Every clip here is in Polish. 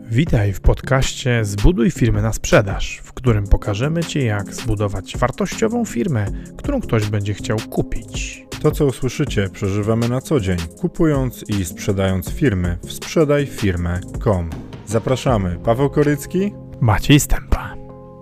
Witaj w podcaście Zbuduj firmę na sprzedaż, w którym pokażemy Ci, jak zbudować wartościową firmę, którą ktoś będzie chciał kupić. To, co usłyszycie, przeżywamy na co dzień, kupując i sprzedając firmy w sprzedajfirmę.com. Zapraszamy, Paweł Korycki, Maciej Stępa.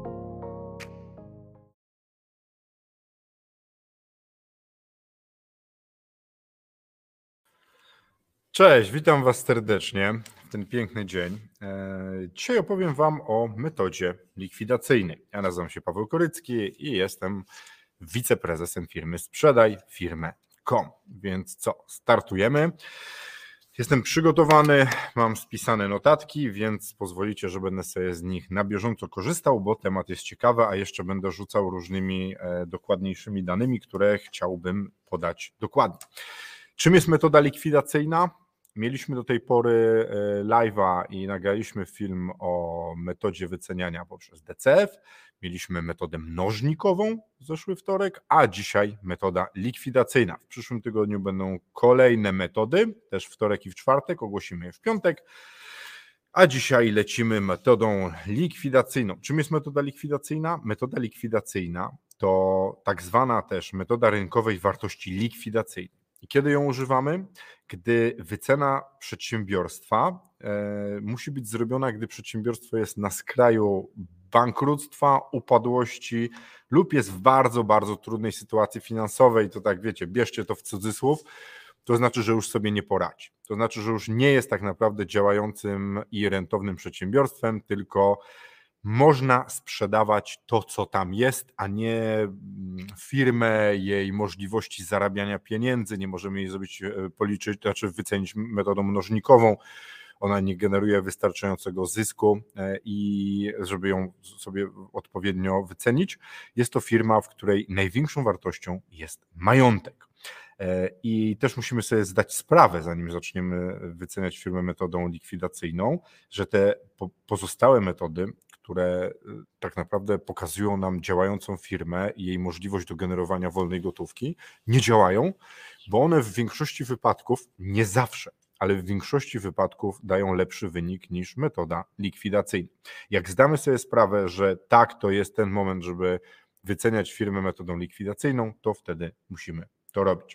Cześć, witam Was serdecznie w ten piękny dzień. Dzisiaj opowiem Wam o metodzie likwidacyjnej. Ja nazywam się Paweł Korycki i jestem wiceprezesem firmy sprzedajfirmę.com. Więc co, startujemy. Jestem przygotowany, mam spisane notatki, więc pozwolicie, że będę sobie z nich na bieżąco korzystał, bo temat jest ciekawy, a jeszcze będę rzucał różnymi dokładniejszymi danymi, które chciałbym podać dokładnie. Czym jest metoda likwidacyjna? Mieliśmy do tej pory live'a i nagraliśmy film o metodzie wyceniania poprzez DCF. Mieliśmy metodę mnożnikową w zeszły wtorek, a dzisiaj metoda likwidacyjna. W przyszłym tygodniu będą kolejne metody, też wtorek i w czwartek, ogłosimy je w piątek. A dzisiaj lecimy metodą likwidacyjną. Czym jest metoda likwidacyjna? Metoda likwidacyjna to tak zwana też metoda rynkowej wartości likwidacyjnej. I kiedy ją używamy? Gdy wycena przedsiębiorstwa musi być zrobiona, gdy przedsiębiorstwo jest na skraju bankructwa, upadłości lub jest w bardzo, bardzo trudnej sytuacji finansowej. To tak wiecie, bierzcie to w cudzysłów, to znaczy, że już sobie nie poradzi. To znaczy, że już nie jest tak naprawdę działającym i rentownym przedsiębiorstwem, tylko można sprzedawać to, co tam jest, a nie firmę, jej możliwości zarabiania pieniędzy. Nie możemy jej zrobić, policzyć, to znaczy wycenić metodą mnożnikową. Ona nie generuje wystarczającego zysku i żeby ją sobie odpowiednio wycenić. Jest to firma, w której największą wartością jest majątek. I też musimy sobie zdać sprawę, zanim zaczniemy wyceniać firmę metodą likwidacyjną, że te pozostałe metody, które tak naprawdę pokazują nam działającą firmę i jej możliwość do generowania wolnej gotówki, nie działają, bo one w większości wypadków, nie zawsze, ale w większości wypadków dają lepszy wynik niż metoda likwidacyjna. Jak zdamy sobie sprawę, że tak, to jest ten moment, żeby wyceniać firmę metodą likwidacyjną, to wtedy musimy to robić.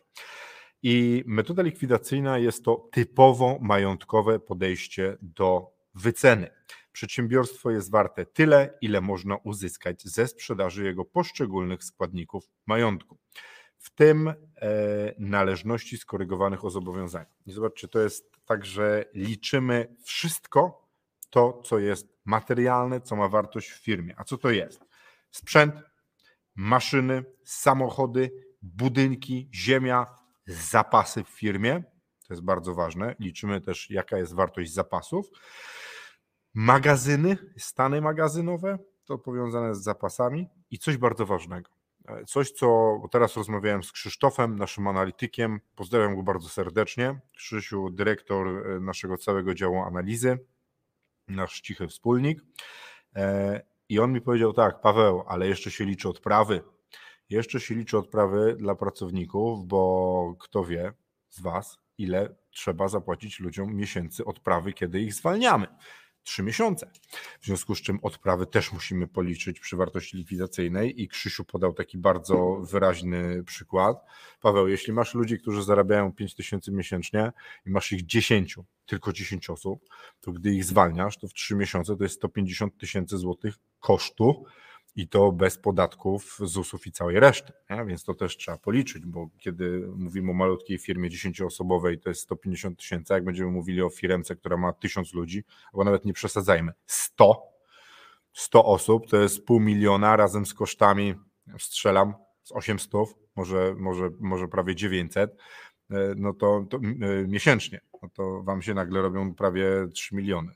I metoda likwidacyjna jest to typowo majątkowe podejście do wyceny. Przedsiębiorstwo jest warte tyle, ile można uzyskać ze sprzedaży jego poszczególnych składników majątku, w tym należności skorygowanych o zobowiązania. I zobaczcie, to jest tak, że liczymy wszystko to, co jest materialne, co ma wartość w firmie. A co to jest? Sprzęt, maszyny, samochody, budynki, ziemia, zapasy w firmie. To jest bardzo ważne. Liczymy też, jaka jest wartość zapasów. Magazyny, stany magazynowe, to powiązane z zapasami i coś bardzo ważnego. Coś, co teraz rozmawiałem z Krzysztofem, naszym analitykiem. Pozdrawiam go bardzo serdecznie. Krzysiu, dyrektor naszego całego działu analizy, nasz cichy wspólnik. I on mi powiedział tak: Paweł, ale jeszcze się liczy odprawy. Jeszcze się liczy odprawy dla pracowników, bo kto wie z Was, ile trzeba zapłacić ludziom miesięcy odprawy, kiedy ich zwalniamy. 3 miesiące. W związku z czym odprawy też musimy policzyć przy wartości likwidacyjnej i Krzysiu podał taki bardzo wyraźny przykład. Paweł, jeśli masz ludzi, którzy zarabiają 5 tysięcy miesięcznie i masz ich 10, tylko 10 osób, to gdy ich zwalniasz, to w 3 miesiące to jest 150 tysięcy złotych kosztu i to bez podatków, ZUS-ów i całej reszty. Nie? Więc to też trzeba policzyć, bo kiedy mówimy o malutkiej firmie 10-osobowej, to jest 150 tysięcy, jak będziemy mówili o firmce, która ma 1000 ludzi, bo nawet nie przesadzajmy, 100 osób to jest 500 000 razem z kosztami, strzelam, z 800, może prawie 900, no to miesięcznie, no to wam się nagle robią prawie 3 miliony,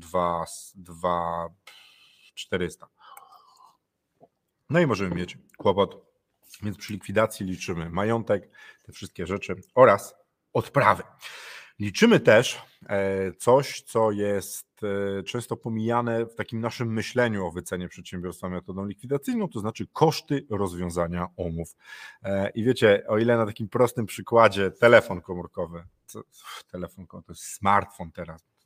400. No i możemy mieć kłopot, więc przy likwidacji liczymy majątek, te wszystkie rzeczy oraz odprawy. Liczymy też coś, co jest często pomijane w takim naszym myśleniu o wycenie przedsiębiorstwa metodą likwidacyjną, to znaczy koszty rozwiązania umów. I wiecie, o ile na takim prostym przykładzie telefon komórkowy to jest smartfon teraz,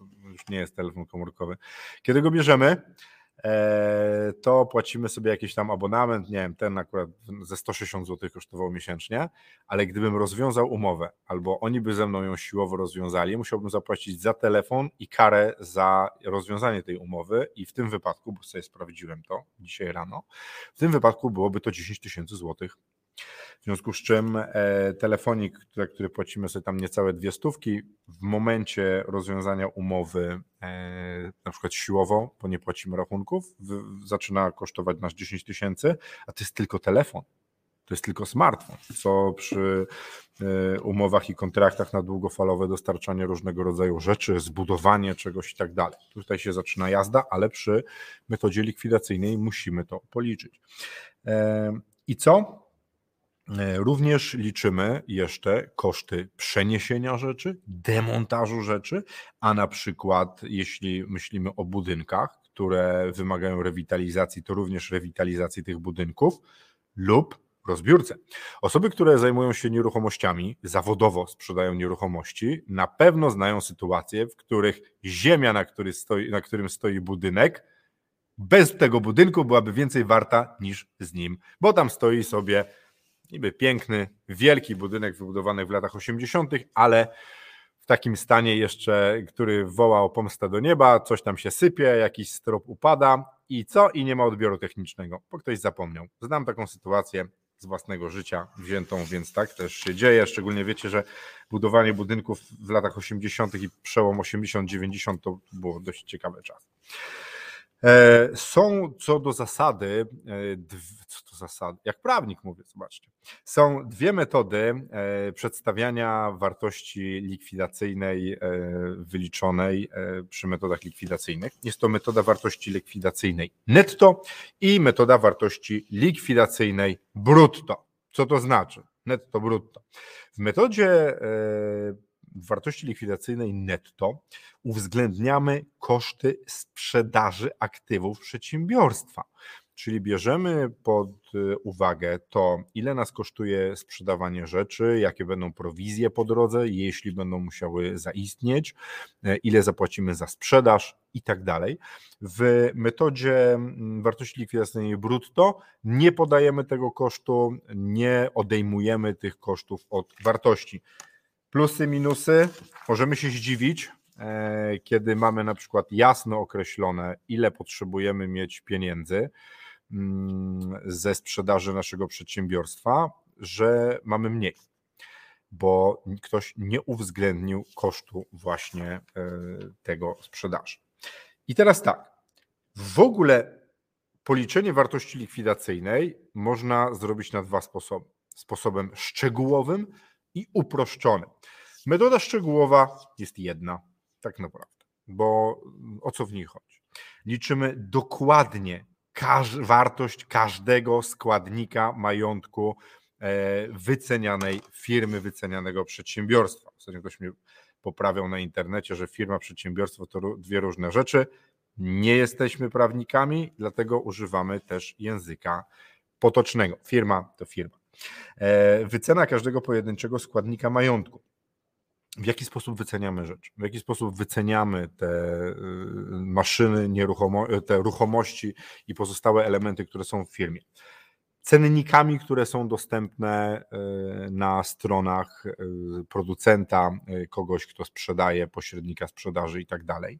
już nie jest telefon komórkowy. Kiedy go bierzemy, to płacimy sobie jakiś tam abonament, nie wiem, ten akurat ze 160 zł kosztował miesięcznie, ale gdybym rozwiązał umowę, albo oni by ze mną ją siłowo rozwiązali, musiałbym zapłacić za telefon i karę za rozwiązanie tej umowy i w tym wypadku, bo sobie sprawdziłem to dzisiaj rano, w tym wypadku byłoby to 10 tysięcy złotych. W związku z czym telefonik, za który płacimy sobie tam niecałe 200, w momencie rozwiązania umowy na przykład siłowo, bo nie płacimy rachunków, zaczyna kosztować nas 10 tysięcy, a to jest tylko telefon. To jest tylko smartfon, co przy umowach i kontraktach na długofalowe dostarczanie różnego rodzaju rzeczy, zbudowanie czegoś i tak dalej. Tutaj się zaczyna jazda, ale przy metodzie likwidacyjnej musimy to policzyć. I co? Również liczymy jeszcze koszty przeniesienia rzeczy, demontażu rzeczy, a na przykład jeśli myślimy o budynkach, które wymagają rewitalizacji, to również rewitalizacji tych budynków lub rozbiórce. Osoby, które zajmują się nieruchomościami, zawodowo sprzedają nieruchomości, na pewno znają sytuacje, w których ziemia, na którym stoi budynek, bez tego budynku byłaby więcej warta niż z nim, bo tam stoi sobie niby piękny, wielki budynek wybudowany w latach 80., ale w takim stanie jeszcze, który woła o pomstę do nieba, coś tam się sypie, jakiś strop upada i co? I nie ma odbioru technicznego, bo ktoś zapomniał. Znam taką sytuację z własnego życia wziętą, więc tak też się dzieje. Szczególnie wiecie, że budowanie budynków w latach 80. i przełom 80-90 to było dość ciekawy czas. Są co do zasady, jak prawnik mówię, zobaczcie, są dwie metody przedstawiania wartości likwidacyjnej wyliczonej przy metodach likwidacyjnych. Jest to metoda wartości likwidacyjnej netto i metoda wartości likwidacyjnej brutto. Co to znaczy? Netto, brutto. W metodzie wartości likwidacyjnej netto uwzględniamy koszty sprzedaży aktywów przedsiębiorstwa. Czyli bierzemy pod uwagę to, ile nas kosztuje sprzedawanie rzeczy, jakie będą prowizje po drodze, jeśli będą musiały zaistnieć, ile zapłacimy za sprzedaż i tak dalej. W metodzie wartości likwidacyjnej brutto nie podajemy tego kosztu, nie odejmujemy tych kosztów od wartości. Plusy, minusy, możemy się zdziwić, kiedy mamy na przykład jasno określone, ile potrzebujemy mieć pieniędzy ze sprzedaży naszego przedsiębiorstwa, że mamy mniej, bo ktoś nie uwzględnił kosztu właśnie tego sprzedaży. I teraz tak, w ogóle policzenie wartości likwidacyjnej można zrobić na dwa sposoby. Sposobem szczegółowym i uproszczonym. Metoda szczegółowa jest jedna, tak naprawdę, bo o co w niej chodzi? Liczymy dokładnie wartość każdego składnika majątku wycenianej firmy, wycenianego przedsiębiorstwa. Ostatnio ktoś mnie poprawiał na internecie, że firma, przedsiębiorstwo to dwie różne rzeczy. Nie jesteśmy prawnikami, dlatego używamy też języka potocznego. Firma to firma. Wycena każdego pojedynczego składnika majątku. W jaki sposób wyceniamy rzeczy? W jaki sposób wyceniamy te maszyny, te ruchomości i pozostałe elementy, które są w firmie? Cennikami, które są dostępne na stronach producenta, kogoś, kto sprzedaje, pośrednika sprzedaży i tak dalej.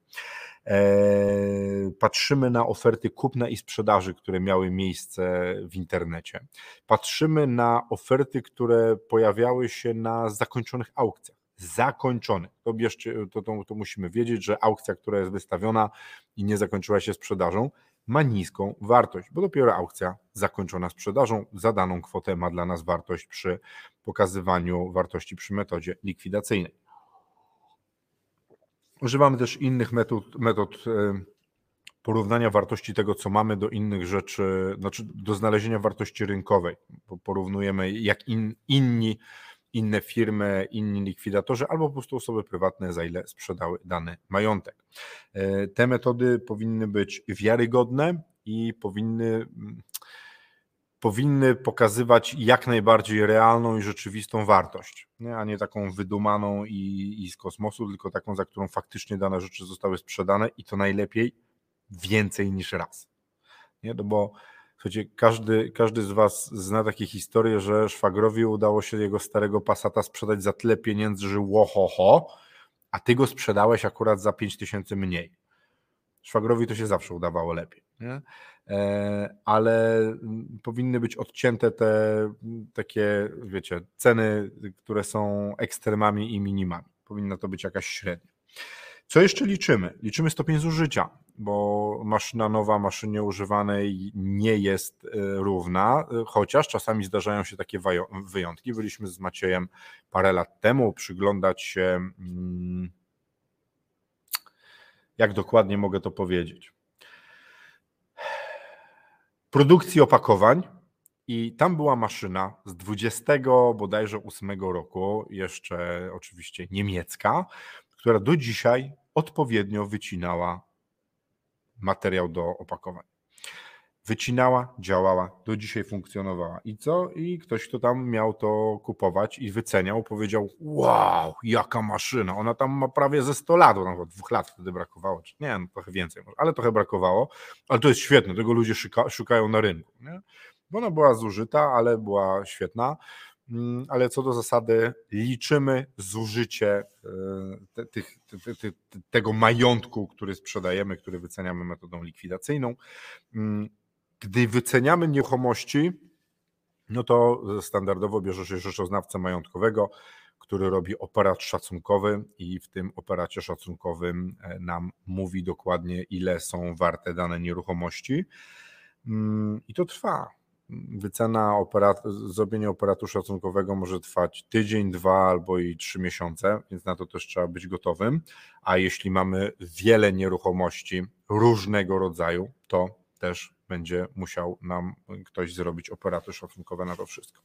Patrzymy na oferty kupna i sprzedaży, które miały miejsce w internecie. Patrzymy na oferty, które pojawiały się na zakończonych aukcjach. Zakończony. To musimy wiedzieć, że aukcja, która jest wystawiona i nie zakończyła się sprzedażą, ma niską wartość, bo dopiero aukcja zakończona sprzedażą za daną kwotę ma dla nas wartość przy pokazywaniu wartości przy metodzie likwidacyjnej. Używamy też innych metod porównania wartości tego, co mamy, do innych rzeczy, znaczy do znalezienia wartości rynkowej. Porównujemy, jak inne firmy, inni likwidatorzy albo po prostu osoby prywatne, za ile sprzedały dany majątek. Te metody powinny być wiarygodne i powinny powinny pokazywać jak najbardziej realną i rzeczywistą wartość, nie? A nie taką wydumaną i z kosmosu, tylko taką, za którą faktycznie dane rzeczy zostały sprzedane i to najlepiej więcej niż raz. Nie? No bo słuchajcie, każdy z was zna takie historie, że szwagrowi udało się jego starego Passata sprzedać za tyle pieniędzy, że łohoho, a ty go sprzedałeś akurat za 5000 mniej. Szwagrowi to się zawsze udawało lepiej, nie? Ale powinny być odcięte te takie, wiecie, ceny, które są ekstremami i minimami. Powinna to być jakaś średnia. Co jeszcze liczymy? Liczymy stopień zużycia, bo maszyna nowa maszynie używanej nie jest równa, chociaż czasami zdarzają się takie wyjątki. Byliśmy z Maciejem parę lat temu przyglądać się, jak dokładnie mogę to powiedzieć, produkcji opakowań i tam była maszyna z 20 bodajże 8 roku, jeszcze oczywiście niemiecka, która do dzisiaj odpowiednio wycinała materiał do opakowań. Wycinała, działała, do dzisiaj funkcjonowała. I co? I ktoś, kto tam miał to kupować i wyceniał, powiedział: wow, jaka maszyna, ona tam ma prawie ze 100 lat, bo tam 2 lat wtedy brakowało, czy nie, no trochę więcej, ale trochę brakowało, ale to jest świetne, tego ludzie szukają na rynku, nie? Bo ona była zużyta, ale była świetna. Ale co do zasady liczymy zużycie tego majątku, który sprzedajemy, który wyceniamy metodą likwidacyjną. Gdy wyceniamy nieruchomości, no to standardowo bierze się rzeczoznawcę majątkowego, który robi operat szacunkowy i w tym operacie szacunkowym nam mówi dokładnie, ile są warte dane nieruchomości. I to trwa. Wycena, zrobienie operatu szacunkowego może trwać tydzień, 2 albo i 3 miesiące, więc na to też trzeba być gotowym. A jeśli mamy wiele nieruchomości różnego rodzaju, to też będzie musiał nam ktoś zrobić operaty szacunkowe na to wszystko.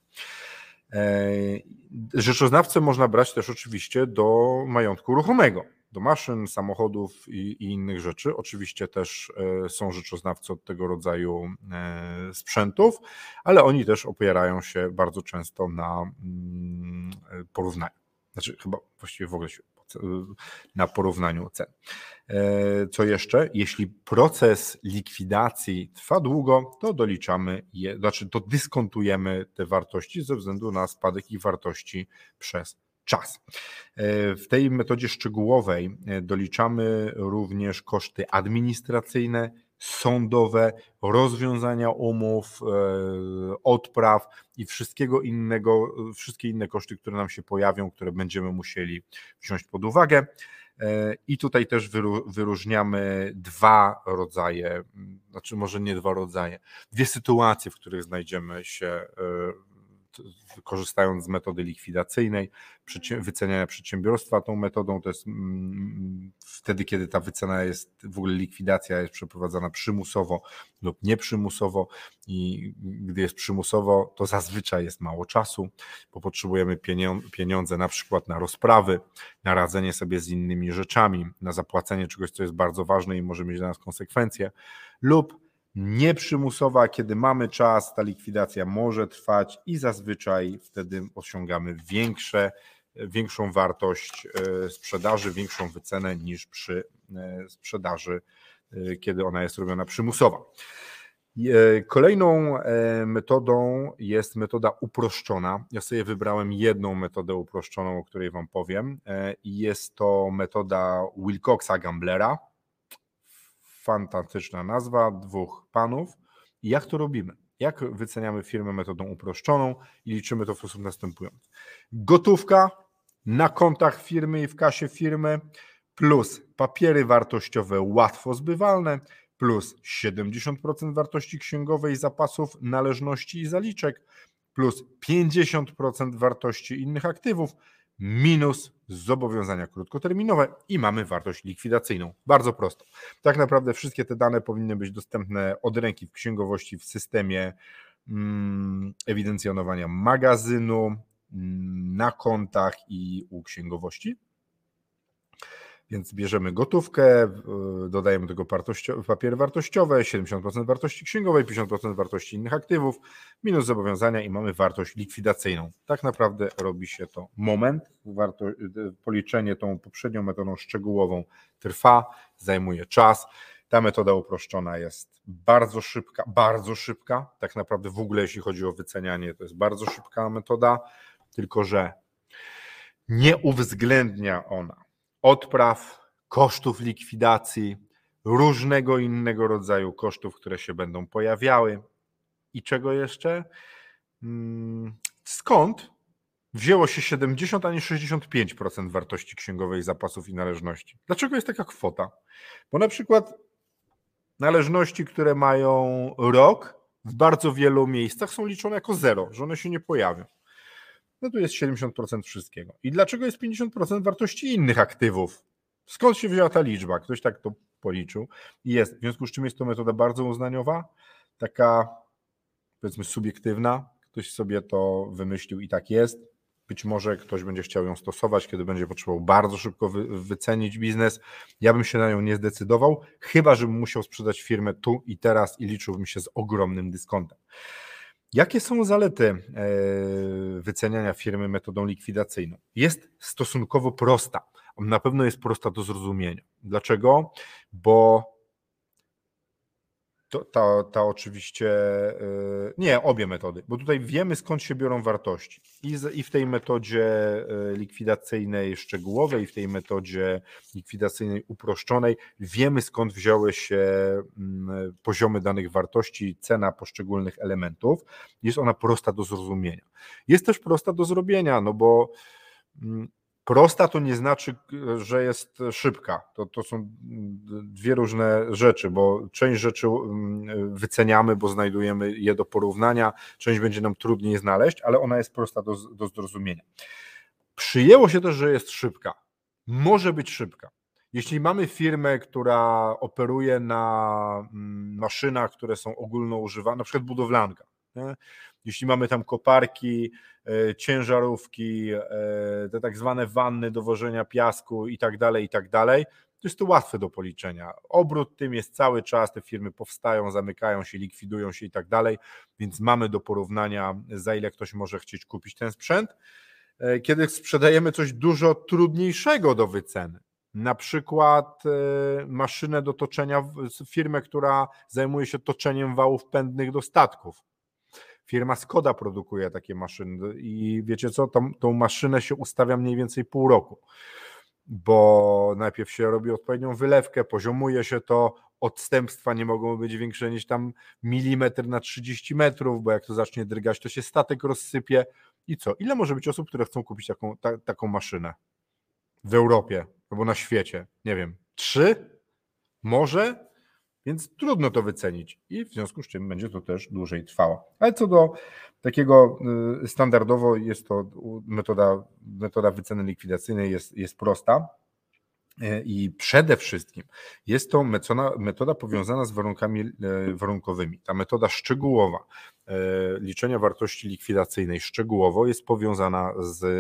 Rzeczoznawcę można brać też oczywiście do majątku ruchomego, do maszyn, samochodów i innych rzeczy. Oczywiście też są rzeczoznawcy od tego rodzaju sprzętów, ale oni też opierają się bardzo często na porównaniu. Znaczy chyba właściwie w ogóle na porównaniu cen. Co jeszcze? Jeśli proces likwidacji trwa długo, to to dyskontujemy te wartości ze względu na spadek ich wartości przez czas. W tej metodzie szczegółowej doliczamy również koszty administracyjne, sądowe, rozwiązania umów, odpraw i wszystkie inne koszty, które nam się pojawią, które będziemy musieli wziąć pod uwagę. I tutaj też wyróżniamy dwie sytuacje, w których znajdziemy się korzystając z metody likwidacyjnej, wyceniania przedsiębiorstwa tą metodą. To jest wtedy, kiedy ta wycena jest, w ogóle likwidacja jest przeprowadzana przymusowo lub nieprzymusowo i gdy jest przymusowo, to zazwyczaj jest mało czasu, bo potrzebujemy pieniądze na przykład na rozprawy, na radzenie sobie z innymi rzeczami, na zapłacenie czegoś, co jest bardzo ważne i może mieć dla nas konsekwencje, lub nieprzymusowa, kiedy mamy czas, ta likwidacja może trwać i zazwyczaj wtedy osiągamy większą wartość sprzedaży, większą wycenę niż przy sprzedaży, kiedy ona jest robiona przymusowo. Kolejną metodą jest metoda uproszczona. Ja sobie wybrałem jedną metodę uproszczoną, o której Wam powiem, i jest to metoda Wilcoxa-Gamblera. Fantastyczna nazwa, 2 panów. I jak to robimy? Jak wyceniamy firmę metodą uproszczoną i liczymy to w sposób następujący. Gotówka na kontach firmy i w kasie firmy plus papiery wartościowe łatwo zbywalne plus 70% wartości księgowej zapasów, należności i zaliczek plus 50% wartości innych aktywów minus zobowiązania krótkoterminowe i mamy wartość likwidacyjną. Bardzo prosto. Tak naprawdę wszystkie te dane powinny być dostępne od ręki w księgowości w systemie ewidencjonowania magazynu, na kontach i u księgowości. Więc bierzemy gotówkę, dodajemy do tego papiery wartościowe, 70% wartości księgowej, 50% wartości innych aktywów, minus zobowiązania i mamy wartość likwidacyjną. Tak naprawdę robi się to moment. Policzenie tą poprzednią metodą szczegółową trwa, zajmuje czas. Ta metoda uproszczona jest bardzo szybka. Tak naprawdę w ogóle jeśli chodzi o wycenianie, to jest bardzo szybka metoda, tylko że nie uwzględnia ona odpraw, kosztów likwidacji, różnego innego rodzaju kosztów, które się będą pojawiały. I czego jeszcze? Skąd wzięło się 70, a nie 65% wartości księgowej zapasów i należności? Dlaczego jest taka kwota? Bo na przykład należności, które mają rok, w bardzo wielu miejscach są liczone jako zero, że one się nie pojawią. No tu jest 70% wszystkiego. I dlaczego jest 50% wartości innych aktywów? Skąd się wzięła ta liczba? Ktoś tak to policzył i jest. W związku z czym jest to metoda bardzo uznaniowa, taka powiedzmy subiektywna. Ktoś sobie to wymyślił i tak jest. Być może ktoś będzie chciał ją stosować, kiedy będzie potrzebował bardzo szybko wycenić biznes. Ja bym się na nią nie zdecydował, chyba żebym musiał sprzedać firmę tu i teraz i liczyłbym się z ogromnym dyskontem. Jakie są zalety wyceniania firmy metodą likwidacyjną? Jest stosunkowo prosta. Na pewno jest prosta do zrozumienia. Dlaczego? Bo ta oczywiście, nie, obie metody, bo tutaj wiemy skąd się biorą wartości i w tej metodzie likwidacyjnej szczegółowej, i w tej metodzie likwidacyjnej uproszczonej wiemy skąd wzięły się poziomy danych wartości, cena poszczególnych elementów. Jest ona prosta do zrozumienia. Jest też prosta do zrobienia, no bo prosta to nie znaczy, że jest szybka. To są dwie różne rzeczy, bo część rzeczy wyceniamy, bo znajdujemy je do porównania, część będzie nam trudniej znaleźć, ale ona jest prosta do zrozumienia. Przyjęło się też, że jest szybka. Może być szybka. Jeśli mamy firmę, która operuje na maszynach, które są ogólnoużywane, na przykład budowlanka, nie? Jeśli mamy tam koparki, ciężarówki, te tak zwane wanny do wożenia piasku i tak dalej, to jest to łatwe do policzenia. Obrót tym jest cały czas, te firmy powstają, zamykają się, likwidują się i tak dalej, więc mamy do porównania, za ile ktoś może chcieć kupić ten sprzęt. Kiedy sprzedajemy coś dużo trudniejszego do wyceny, na przykład maszynę do toczenia, firmę, która zajmuje się toczeniem wałów pędnych do statków. Firma Skoda produkuje takie maszyny i wiecie co, tą maszynę się ustawia mniej więcej pół roku, bo najpierw się robi odpowiednią wylewkę, poziomuje się to, odstępstwa nie mogą być większe niż tam milimetr na 30 metrów, bo jak to zacznie drgać, to się statek rozsypie i co? Ile może być osób, które chcą kupić taką maszynę w Europie albo na świecie? Nie wiem, 3? Może? Więc trudno to wycenić i w związku z czym będzie to też dłużej trwało. Ale co do takiego standardowo jest to metoda wyceny likwidacyjnej jest prosta i przede wszystkim jest to metoda powiązana z warunkami warunkowymi. Ta metoda szczegółowa liczenia wartości likwidacyjnej szczegółowo jest powiązana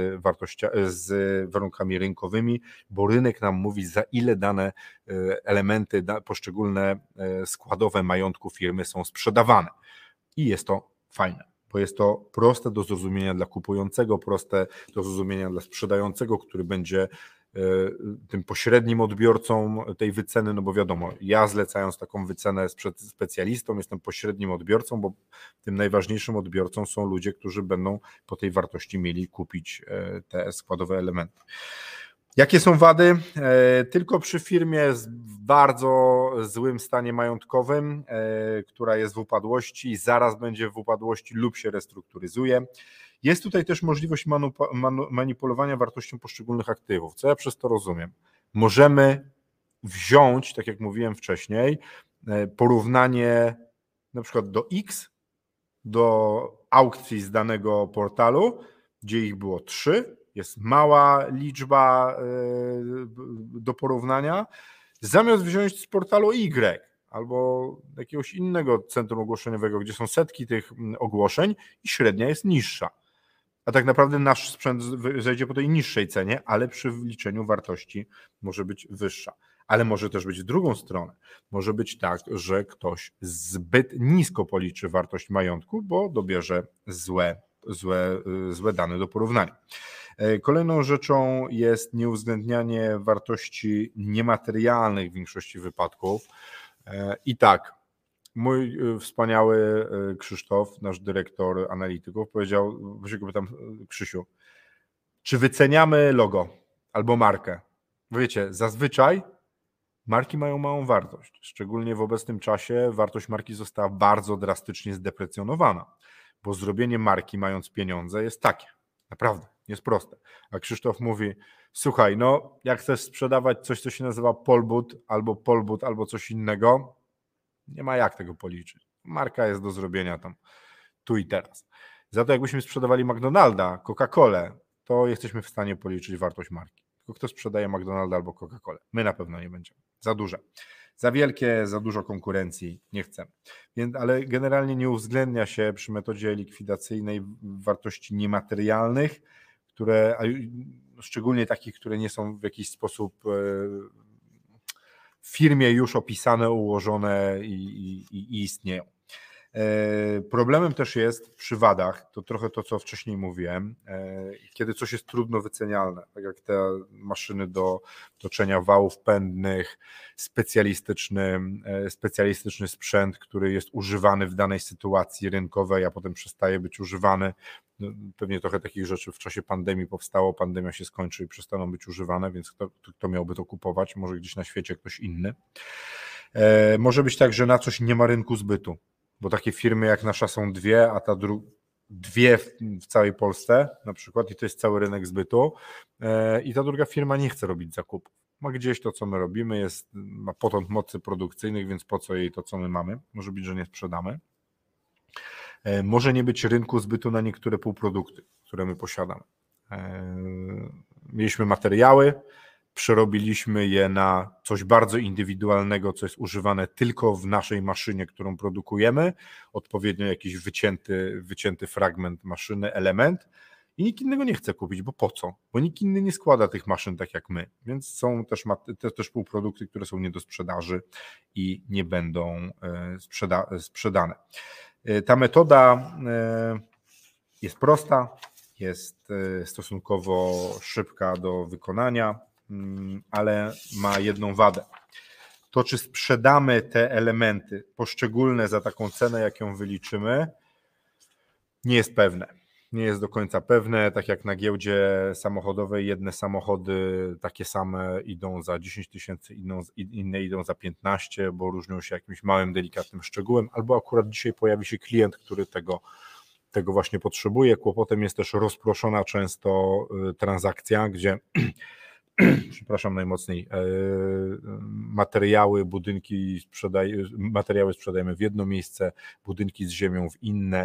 z warunkami rynkowymi, bo rynek nam mówi, za ile dane elementy, poszczególne składowe majątku firmy są sprzedawane. I jest to fajne, bo jest to proste do zrozumienia dla kupującego, proste do zrozumienia dla sprzedającego, który będzie tym pośrednim odbiorcą tej wyceny, no bo wiadomo, ja zlecając taką wycenę przed specjalistą jestem pośrednim odbiorcą, bo tym najważniejszym odbiorcą są ludzie, którzy będą po tej wartości mieli kupić te składowe elementy. Jakie są wady? Tylko przy firmie w bardzo złym stanie majątkowym, która jest w upadłości, zaraz będzie w upadłości lub się restrukturyzuje. Jest tutaj też możliwość manipulowania wartością poszczególnych aktywów. Co ja przez to rozumiem? Możemy wziąć, tak jak mówiłem wcześniej, porównanie na przykład do X, do aukcji z danego portalu, gdzie ich było 3, jest mała liczba do porównania, zamiast wziąć z portalu Y albo jakiegoś innego centrum ogłoszeniowego, gdzie są setki tych ogłoszeń i średnia jest niższa. a tak naprawdę nasz sprzęt zejdzie po tej niższej cenie, ale przy wliczeniu wartości może być wyższa. Ale może też być w drugą stronę. Może być tak, że ktoś zbyt nisko policzy wartość majątku, bo dobierze złe dane do porównania. Kolejną rzeczą jest nieuwzględnianie wartości niematerialnych w większości wypadków. I tak, mój wspaniały Krzysztof, nasz dyrektor analityków, powiedział, bo się go pytam, Krzysiu, czy wyceniamy logo albo markę? Bo wiecie, zazwyczaj marki mają małą wartość, szczególnie w obecnym czasie wartość marki została bardzo drastycznie zdeprecjonowana, bo zrobienie marki mając pieniądze jest takie, naprawdę, jest proste. A Krzysztof mówi, słuchaj, no jak chcesz sprzedawać coś, co się nazywa Polbut albo coś innego, nie ma jak tego policzyć. Marka jest do zrobienia tam tu i teraz. Za to jakbyśmy sprzedawali McDonalda, Coca-Colę, to jesteśmy w stanie policzyć wartość marki. Tylko kto sprzedaje McDonalda albo Coca-Colę? My na pewno nie będziemy. Za duże. Za wielkie, za dużo konkurencji nie chcemy. Ale generalnie nie uwzględnia się przy metodzie likwidacyjnej wartości niematerialnych, które, szczególnie takich, które nie są w jakiś sposób w firmie już opisane, ułożone i istnieją. Problemem też jest przy wadach, to trochę to, co wcześniej mówiłem, kiedy coś jest trudno wycenialne, tak jak te maszyny do toczenia wałów pędnych, specjalistyczny sprzęt, który jest używany w danej sytuacji rynkowej, a potem przestaje być używany. Pewnie trochę takich rzeczy w czasie pandemii powstało, pandemia się skończy i przestaną być używane, więc kto miałby to kupować? Może gdzieś na świecie ktoś inny. Może być tak, że na coś nie ma rynku zbytu, bo takie firmy jak nasza są dwie, a dwie w całej Polsce na przykład i to jest cały rynek zbytu i ta druga firma nie chce robić zakupów. Ma gdzieś to, co my robimy, ma potąd mocy produkcyjnych, więc po co jej to, co my mamy? Może być, że nie sprzedamy. Może nie być rynku zbytu na niektóre półprodukty, które my posiadamy. Mieliśmy materiały, przerobiliśmy je na coś bardzo indywidualnego, co jest używane tylko w naszej maszynie, którą produkujemy, odpowiednio jakiś wycięty fragment maszyny, element i nikt innego nie chce kupić, bo po co? Bo nikt inny nie składa tych maszyn tak jak my, więc są też półprodukty, które są nie do sprzedaży i nie będą sprzedane. Ta metoda jest prosta, jest stosunkowo szybka do wykonania, ale ma jedną wadę. To, czy sprzedamy te elementy poszczególne za taką cenę, jak ją wyliczymy, nie jest pewne. Nie jest do końca pewne, tak jak na giełdzie samochodowej jedne samochody takie same idą za 10 tysięcy, inne idą za 15, bo różnią się jakimś małym, delikatnym szczegółem, albo akurat dzisiaj pojawi się klient, który tego właśnie potrzebuje. Kłopotem jest też rozproszona często transakcja, gdzie przepraszam najmocniej, materiały sprzedajemy w jedno miejsce, budynki z ziemią w inne,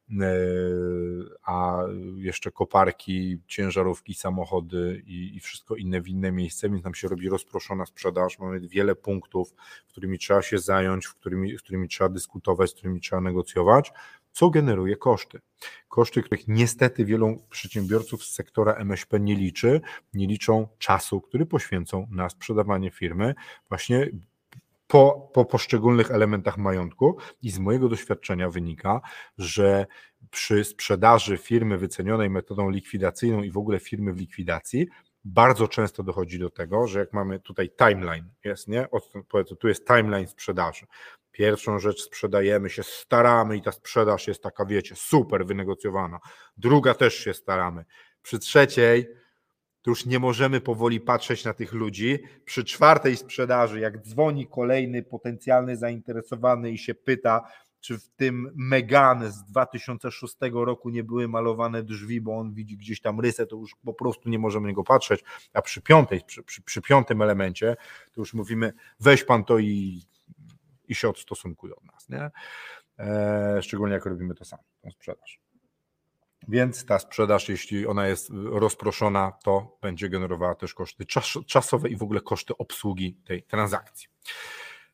a jeszcze koparki, ciężarówki, samochody i wszystko inne w inne miejsce, więc nam się robi rozproszona sprzedaż, mamy wiele punktów, którymi trzeba się zająć, z którymi trzeba dyskutować, z którymi trzeba negocjować, co generuje koszty. Koszty, których niestety wielu przedsiębiorców z sektora MŚP nie liczą czasu, który poświęcą na sprzedawanie firmy właśnie po poszczególnych elementach majątku i z mojego doświadczenia wynika, że przy sprzedaży firmy wycenionej metodą likwidacyjną i w ogóle firmy w likwidacji bardzo często dochodzi do tego, że jak mamy tutaj timeline, jest, nie? Tu jest timeline sprzedaży. Pierwszą rzecz sprzedajemy, się staramy i ta sprzedaż jest taka, wiecie, super wynegocjowana. Druga też się staramy. Przy trzeciej to już nie możemy powoli patrzeć na tych ludzi. Przy czwartej sprzedaży, jak dzwoni kolejny potencjalny zainteresowany i się pyta, czy w tym Megane z 2006 roku nie były malowane drzwi, bo on widzi gdzieś tam rysę, to już po prostu nie możemy na niego patrzeć. A przy piątym elemencie to już mówimy, weź pan to i się odstosunkują od nas, nie? Szczególnie jak robimy to samo, tą sprzedaż. Więc ta sprzedaż, jeśli ona jest rozproszona, to będzie generowała też koszty czasowe i w ogóle koszty obsługi tej transakcji.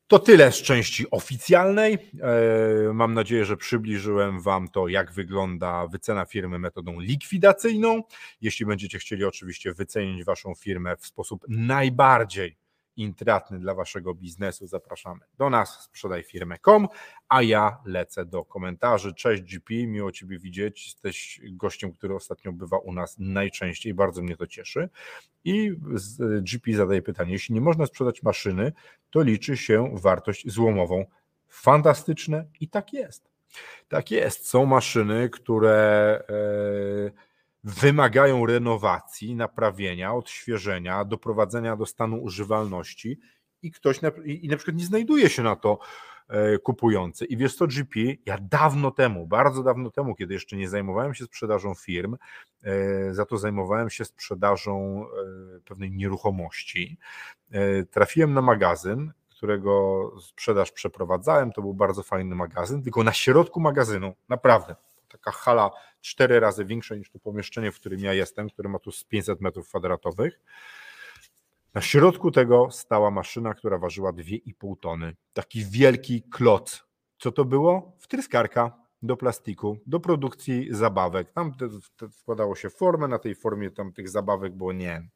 To tyle z części oficjalnej. Mam nadzieję, że przybliżyłem Wam to, jak wygląda wycena firmy metodą likwidacyjną. Jeśli będziecie chcieli oczywiście wycenić Waszą firmę w sposób najbardziej intratny dla Waszego biznesu, zapraszamy do nas, sprzedajfirmę.com, a ja lecę do komentarzy. Cześć GP, miło Ciebie widzieć. Jesteś gościem, który ostatnio bywa u nas najczęściej, bardzo mnie to cieszy. I GP zadaje pytanie, jeśli nie można sprzedać maszyny, to liczy się wartość złomową. Fantastyczne i tak jest. Tak jest. Są maszyny, które wymagają renowacji, naprawienia, odświeżenia, doprowadzenia do stanu używalności i ktoś na przykład nie znajduje się na to kupujący. I wiesz co, GP, ja dawno temu, bardzo dawno temu, kiedy jeszcze nie zajmowałem się sprzedażą firm, za to zajmowałem się sprzedażą pewnej nieruchomości, trafiłem na magazyn, którego sprzedaż przeprowadzałem, to był bardzo fajny magazyn, tylko na środku magazynu, naprawdę, taka hala 4 razy większa niż to pomieszczenie, w którym ja jestem, które ma tu z 500 metrów kwadratowych. Na środku tego stała maszyna, która ważyła 2,5 tony. Taki wielki kloc. Co to było? Wtryskarka do plastiku, do produkcji zabawek. Tam wkładało się formę, na tej formie tam tych zabawek było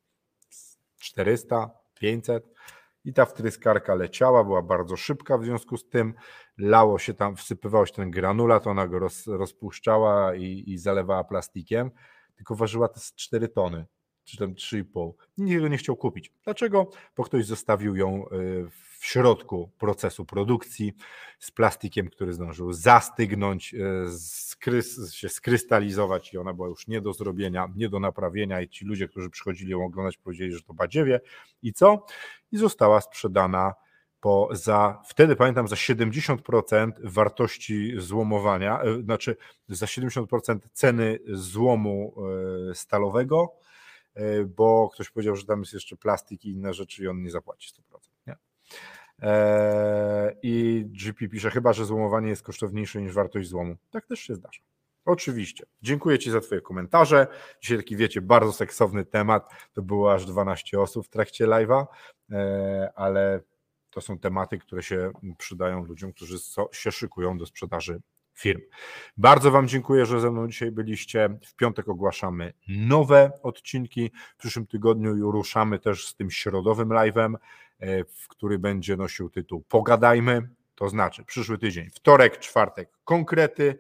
400, 500 i ta wtryskarka leciała, była bardzo szybka, w związku z tym lało się tam, wsypywało się ten granulat, ona go rozpuszczała i zalewała plastikiem, tylko ważyła to z 4 tony. Czy tam 3,5. Nikt go nie chciał kupić. Dlaczego? Bo ktoś zostawił ją w środku procesu produkcji z plastikiem, który zdążył zastygnąć, się skrystalizować i ona była już nie do zrobienia, nie do naprawienia i ci ludzie, którzy przychodzili ją oglądać, powiedzieli, że to badziewie i co? I została sprzedana wtedy pamiętam za 70% wartości złomowania, znaczy za 70% ceny złomu stalowego, bo ktoś powiedział, że tam jest jeszcze plastik i inne rzeczy i on nie zapłaci 100%. Nie? I GP pisze, chyba że złomowanie jest kosztowniejsze niż wartość złomu. Tak też się zdarza. Oczywiście. Dziękuję Ci za Twoje komentarze. Dzisiaj taki, wiecie, bardzo seksowny temat. To było aż 12 osób w trakcie live'a, ale to są tematy, które się przydają ludziom, którzy się szykują do sprzedaży firm. Bardzo Wam dziękuję, że ze mną dzisiaj byliście. W piątek ogłaszamy nowe odcinki. W przyszłym tygodniu ruszamy też z tym środowym live'em, który będzie nosił tytuł Pogadajmy. To znaczy przyszły tydzień, wtorek, czwartek konkrety,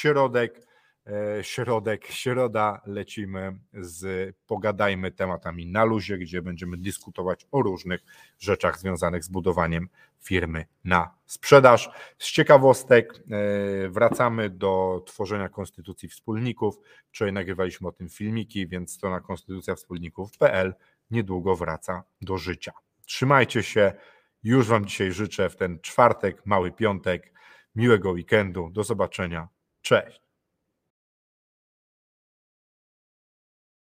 środa lecimy z Pogadajmy tematami na luzie, gdzie będziemy dyskutować o różnych rzeczach związanych z budowaniem firmy na sprzedaż. Z ciekawostek wracamy do tworzenia konstytucji wspólników. Wczoraj nagrywaliśmy o tym filmiki, więc strona konstytucjawspólników.pl niedługo wraca do życia. Trzymajcie się. Już Wam dzisiaj życzę w ten czwartek, mały piątek, miłego weekendu. Do zobaczenia. Cześć.